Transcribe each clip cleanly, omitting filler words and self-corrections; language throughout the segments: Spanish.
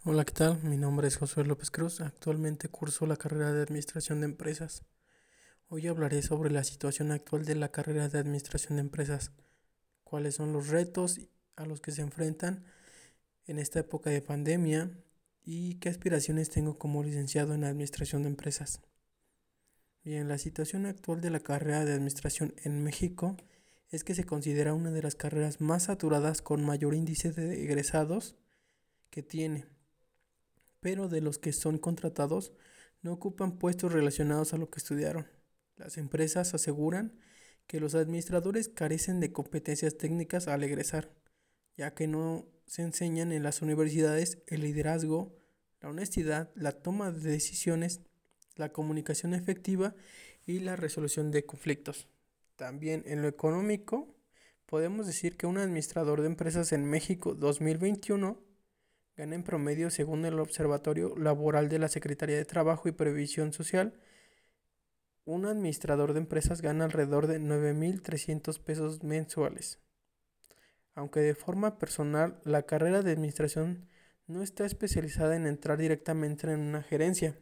Hola, ¿qué tal? Mi nombre es Josué López Cruz. Actualmente curso la carrera de Administración de Empresas. Hoy hablaré sobre la situación actual de la carrera de Administración de Empresas, cuáles son los retos a los que se enfrentan en esta época de pandemia y qué aspiraciones tengo como licenciado en Administración de Empresas. Bien, la situación actual de la carrera de Administración en México es que se considera una de las carreras más saturadas con mayor índice de egresados que tiene, pero de los que son contratados no ocupan puestos relacionados a lo que estudiaron. Las empresas aseguran que los administradores carecen de competencias técnicas al egresar, ya que no se enseñan en las universidades el liderazgo, la honestidad, la toma de decisiones, la comunicación efectiva y la resolución de conflictos. También en lo económico, podemos decir que un administrador de empresas en México 2021 gana en promedio, según el Observatorio Laboral de la Secretaría de Trabajo y Previsión Social, un administrador de empresas gana alrededor de 9,300 pesos mensuales. Aunque de forma personal, la carrera de administración no está especializada en entrar directamente en una gerencia,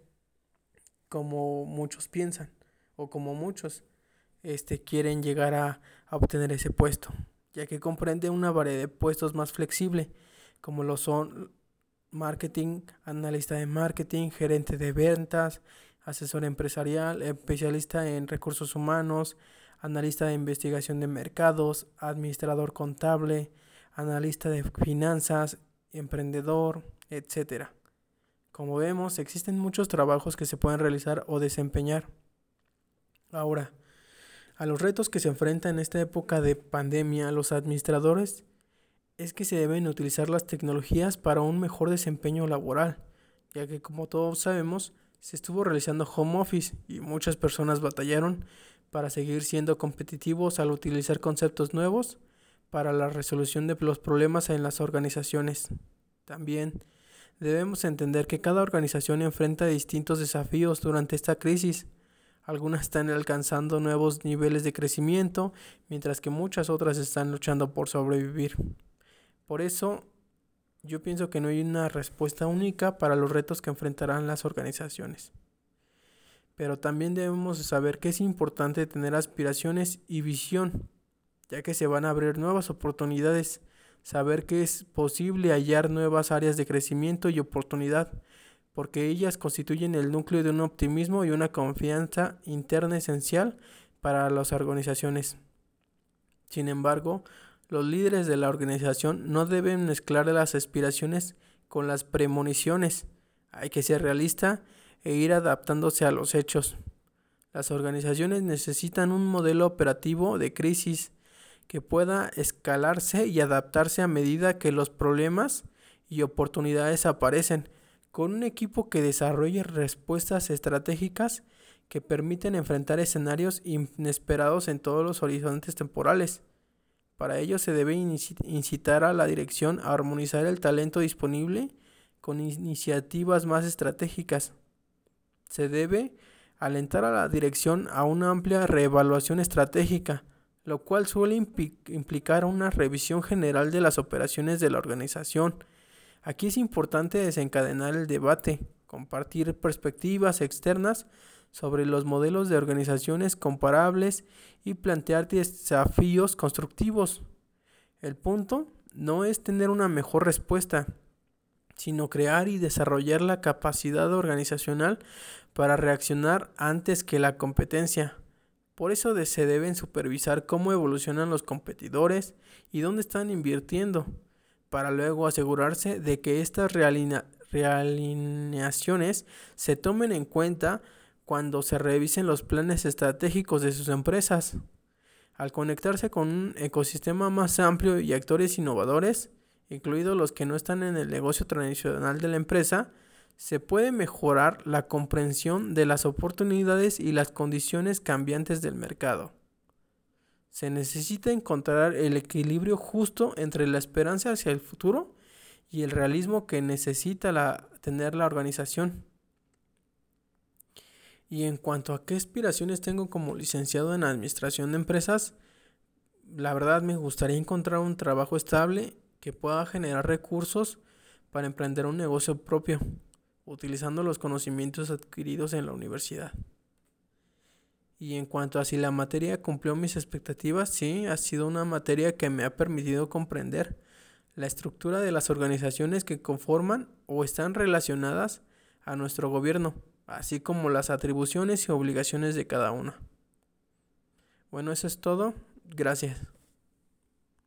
como muchos piensan, o como muchos quieren llegar a obtener ese puesto, ya que comprende una variedad de puestos más flexible, como lo son marketing, analista de marketing, gerente de ventas, asesor empresarial, especialista en recursos humanos, analista de investigación de mercados, administrador contable, analista de finanzas, emprendedor, etcétera. Como vemos, existen muchos trabajos que se pueden realizar o desempeñar. Ahora, a los retos que se enfrentan en esta época de pandemia, los administradores es que se deben utilizar las tecnologías para un mejor desempeño laboral, ya que como todos sabemos, se estuvo realizando home office y muchas personas batallaron para seguir siendo competitivos al utilizar conceptos nuevos para la resolución de los problemas en las organizaciones. También debemos entender que cada organización enfrenta distintos desafíos durante esta crisis. Algunas están alcanzando nuevos niveles de crecimiento, mientras que muchas otras están luchando por sobrevivir. Por eso, yo pienso que no hay una respuesta única para los retos que enfrentarán las organizaciones. Pero también debemos saber que es importante tener aspiraciones y visión, ya que se van a abrir nuevas oportunidades, saber que es posible hallar nuevas áreas de crecimiento y oportunidad, porque ellas constituyen el núcleo de un optimismo y una confianza interna esencial para las organizaciones. Sin embargo, los líderes de la organización no deben mezclar las aspiraciones con las premoniciones. Hay que ser realista e ir adaptándose a los hechos. Las organizaciones necesitan un modelo operativo de crisis que pueda escalarse y adaptarse a medida que los problemas y oportunidades aparecen, con un equipo que desarrolle respuestas estratégicas que permiten enfrentar escenarios inesperados en todos los horizontes temporales. Para ello se debe incitar a la dirección a armonizar el talento disponible con iniciativas más estratégicas. Se debe alentar a la dirección a una amplia reevaluación estratégica, lo cual suele implicar una revisión general de las operaciones de la organización. Aquí es importante desencadenar el debate, compartir perspectivas externas sobre los modelos de organizaciones comparables y plantear desafíos constructivos. El punto no es tener una mejor respuesta, sino crear y desarrollar la capacidad organizacional para reaccionar antes que la competencia. Por eso se deben supervisar cómo evolucionan los competidores y dónde están invirtiendo, para luego asegurarse de que estas realineaciones se tomen en cuenta cuando se revisen los planes estratégicos de sus empresas. Al conectarse con un ecosistema más amplio y actores innovadores, incluidos los que no están en el negocio tradicional de la empresa, se puede mejorar la comprensión de las oportunidades y las condiciones cambiantes del mercado. Se necesita encontrar el equilibrio justo entre la esperanza hacia el futuro y el realismo que necesita tener la organización. Y en cuanto a qué aspiraciones tengo como licenciado en administración de empresas, la verdad me gustaría encontrar un trabajo estable que pueda generar recursos para emprender un negocio propio, utilizando los conocimientos adquiridos en la universidad. Y en cuanto a si la materia cumplió mis expectativas, sí, ha sido una materia que me ha permitido comprender la estructura de las organizaciones que conforman o están relacionadas a nuestro gobierno, así como las atribuciones y obligaciones de cada una. Bueno, eso es todo. Gracias.